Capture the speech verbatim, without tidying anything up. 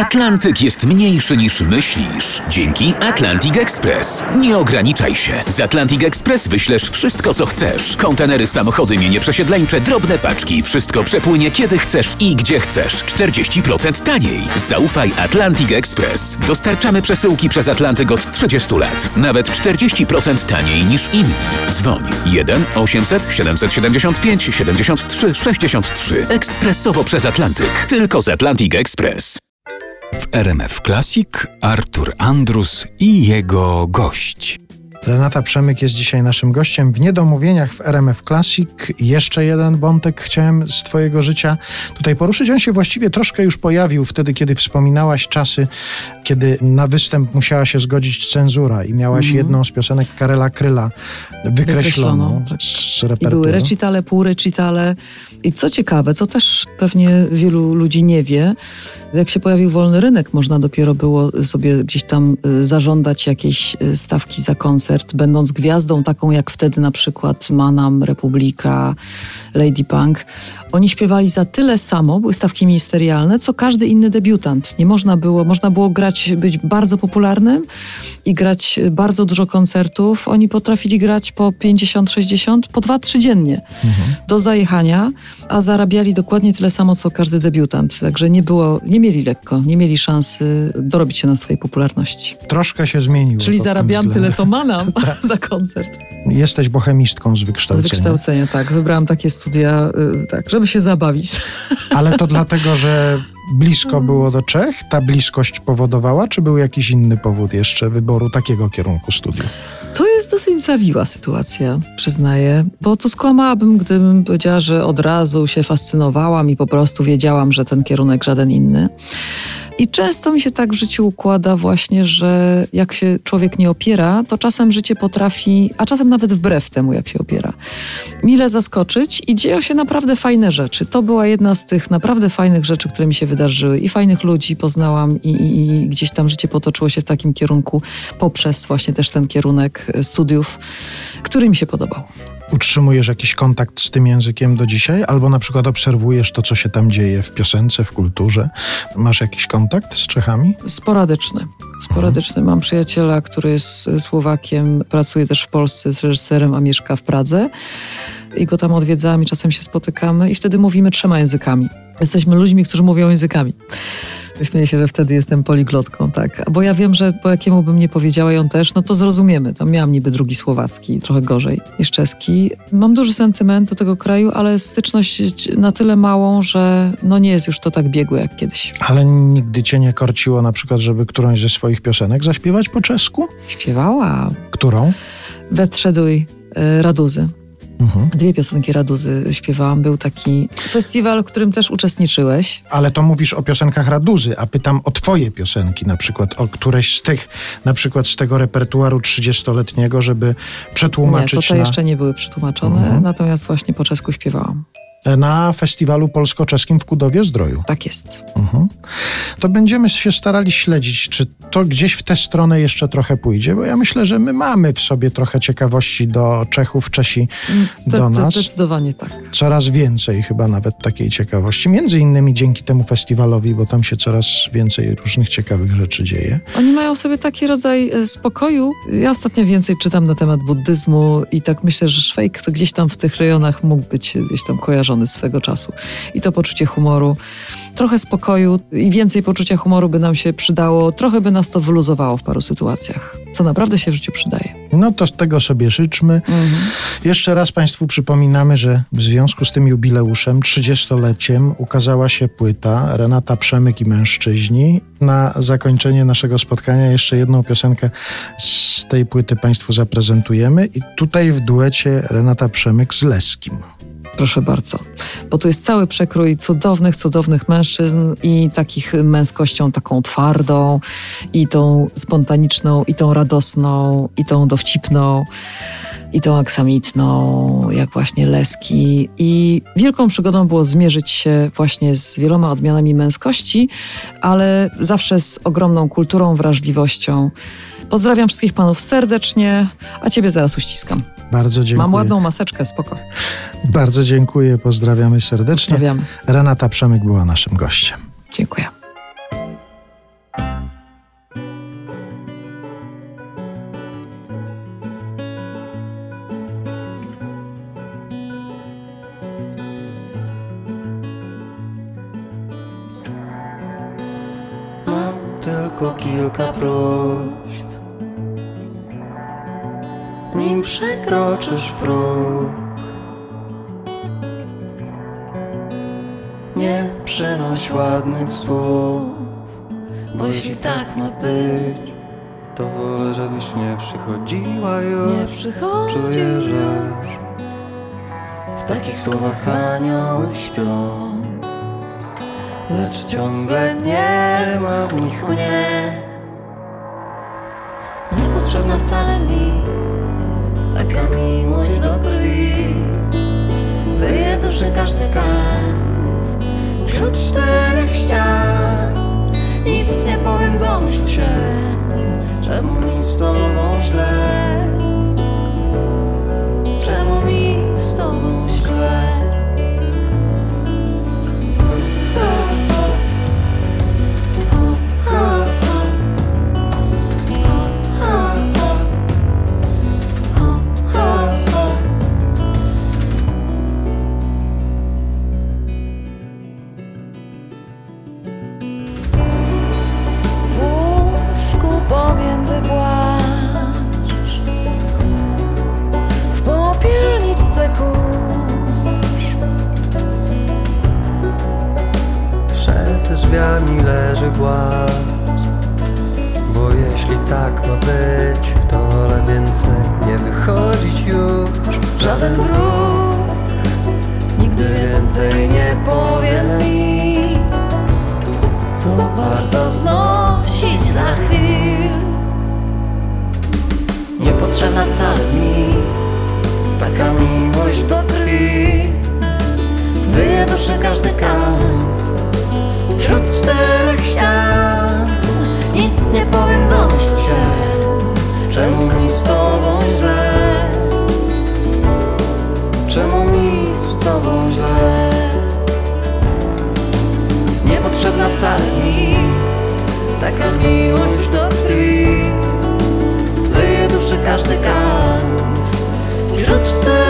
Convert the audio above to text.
Atlantyk jest mniejszy niż myślisz. Dzięki Atlantic Express. Nie ograniczaj się. Z Atlantic Express wyślesz wszystko, co chcesz. Kontenery, samochody, mienie przesiedleńcze, drobne paczki. Wszystko przepłynie kiedy chcesz i gdzie chcesz. czterdzieści procent taniej. Zaufaj Atlantic Express. Dostarczamy przesyłki przez Atlantyk od trzydziestu lat. Nawet czterdzieści procent taniej niż inni. Dzwoń jeden osiemset siedemset siedemdziesiąt pięć siedemdziesiąt trzy sześćdziesiąt trzy. Ekspresowo przez Atlantyk. Tylko z Atlantic Express. W R M F Classic Artur Andrus i jego gość. Renata Przemyk jest dzisiaj naszym gościem w Niedomówieniach w R M F Classic. Jeszcze jeden wątek chciałem z twojego życia tutaj poruszyć. On się właściwie troszkę już pojawił wtedy, kiedy wspominałaś czasy, kiedy na występ musiała się zgodzić cenzura i miałaś mm. jedną z piosenek Karela Kryla wykreśloną, wykreśloną z repertuaru. I były recitale, półrecitale. I co ciekawe, co też pewnie wielu ludzi nie wie, jak się pojawił wolny rynek, można dopiero było sobie gdzieś tam zażądać jakiejś stawki za koncert, będąc gwiazdą taką jak wtedy na przykład Manam, Republika, Lady Punk. Oni śpiewali za tyle samo, były stawki ministerialne, co każdy inny debiutant. Nie można było, można było grać, być bardzo popularnym i grać bardzo dużo koncertów. Oni potrafili grać po pięćdziesiąt sześćdziesiąt, po dwa trzy dziennie mhm. do zajechania, a zarabiali dokładnie tyle samo, co każdy debiutant. Także nie było, nie mieli lekko, nie mieli szansy dorobić się na swojej popularności. Troszkę się zmieniło. Czyli zarabiam tyle, co Manam za koncert. Jesteś bohemistką z wykształcenia. Z wykształcenia, tak. Wybrałam takie studia, yy, tak, żeby się zabawić. Ale to dlatego, że blisko było do Czech? Ta bliskość powodowała, czy był jakiś inny powód jeszcze wyboru takiego kierunku studiów? To jest dosyć zawiła sytuacja, przyznaję, bo to skłamałabym, gdybym powiedziała, że od razu się fascynowałam i po prostu wiedziałam, że ten kierunek żaden inny. I często mi się tak w życiu układa właśnie, że jak się człowiek nie opiera, to czasem życie potrafi, a czasem nawet wbrew temu, jak się opiera, mile zaskoczyć i dzieją się naprawdę fajne rzeczy. To była jedna z tych naprawdę fajnych rzeczy, które mi się wydarzyły i fajnych ludzi poznałam i, i, i gdzieś tam życie potoczyło się w takim kierunku poprzez właśnie też ten kierunek studiów, który mi się podobał. Utrzymujesz jakiś kontakt z tym językiem do dzisiaj? Albo na przykład obserwujesz to, co się tam dzieje w piosence, w kulturze? Masz jakiś kontakt z Czechami? Sporadyczny. Sporadyczny. Hmm. Mam przyjaciela, który jest Słowakiem, pracuje też w Polsce z reżyserem, a mieszka w Pradze. I go tam odwiedzamy, czasem się spotykamy i wtedy mówimy trzema językami. Jesteśmy ludźmi, którzy mówią językami. Śmieję się, że wtedy jestem poliglotką, tak. Bo ja wiem, że po jakiemu bym nie powiedziała i on też, no to zrozumiemy. Tam miałam niby drugi słowacki, trochę gorzej niż czeski. Mam duży sentyment do tego kraju, ale styczność na tyle małą, że no nie jest już to tak biegłe jak kiedyś. Ale nigdy cię nie korciło na przykład, żeby którąś ze swoich piosenek zaśpiewać po czesku? Śpiewałam. Którą? Wetrzeduj y, Raduzy. Mhm. Dwie piosenki Raduzy śpiewałam. Był taki festiwal, w którym też uczestniczyłeś. Ale to mówisz o piosenkach Raduzy, a pytam o twoje piosenki, na przykład o któreś z tych, na przykład z tego repertuaru trzydziestoletniego, żeby przetłumaczyć. Nie, to te na... jeszcze nie były przetłumaczone, mhm. natomiast właśnie po czesku śpiewałam. Na festiwalu polsko-czeskim w Kudowie-Zdroju. Tak jest. Mhm. To będziemy się starali śledzić, czy to gdzieś w tę stronę jeszcze trochę pójdzie, bo ja myślę, że my mamy w sobie trochę ciekawości do Czechów, Czesi Zde- do nas. Zdecydowanie tak. Coraz więcej chyba nawet takiej ciekawości. Między innymi dzięki temu festiwalowi, bo tam się coraz więcej różnych ciekawych rzeczy dzieje. Oni mają sobie taki rodzaj spokoju. Ja ostatnio więcej czytam na temat buddyzmu i tak myślę, że Szwajk to gdzieś tam w tych rejonach mógł być gdzieś tam kojarzony swego czasu. I to poczucie humoru. Trochę spokoju i więcej poczucia humoru by nam się przydało. Trochę by nas to wyluzowało w paru sytuacjach, co naprawdę się w życiu przydaje. No to z tego sobie życzmy. Mhm. Jeszcze raz Państwu przypominamy, że w związku z tym jubileuszem, trzydziestoleciem, ukazała się płyta Renata Przemyk i mężczyźni. Na zakończenie naszego spotkania jeszcze jedną piosenkę z tej płyty Państwu zaprezentujemy i tutaj w duecie Renata Przemyk z Leskim. Proszę bardzo, bo tu jest cały przekrój cudownych, cudownych mężczyzn i takich męskością taką twardą i tą spontaniczną, i tą radosną, i tą dowcipną, i tą aksamitną, jak właśnie Leski. I wielką przygodą było zmierzyć się właśnie z wieloma odmianami męskości, ale zawsze z ogromną kulturą, wrażliwością. Pozdrawiam wszystkich panów serdecznie, a ciebie zaraz uściskam. Bardzo dziękuję. Mam ładną maseczkę, spoko. Bardzo dziękuję, pozdrawiamy serdecznie. Pozdrawiamy. Renata Przemyk była naszym gościem. Dziękuję. tylko kilka próśb. Nim przekroczysz próg, nie przynoś ładnych słów, bo jeśli tak ma być, to wolę, żebyś nie przychodziła już. Nie przychodził Czuję, że już. w takich słowach anioły śpią, lecz ciągle nie ma w nich mnie. Niepotrzebna wcale mi taka miłość do krwi. Wyje duszy każdy kant wśród czterech ścian. Nic nie powiem, domyśl się, czemu mi z tobą źle. Czemu mi z tobą źle. Przed drzwiami leży głaz, bo jeśli tak ma być, to wolę więcej nie wychodzić już. Żaden wróg nigdy więcej nie powie mi, co warto znosić dla chwil. Niepotrzebna wcale mi taka miłość do krwi. Wyje duszy każdy kant wśród czterech ścian. Nic nie powiem, domyśl się, czemu mi z tobą źle. Czemu mi z tobą źle. Niepotrzebna wcale mi taka miłość do krwi. Wyje duszy każdy kant wśród czterech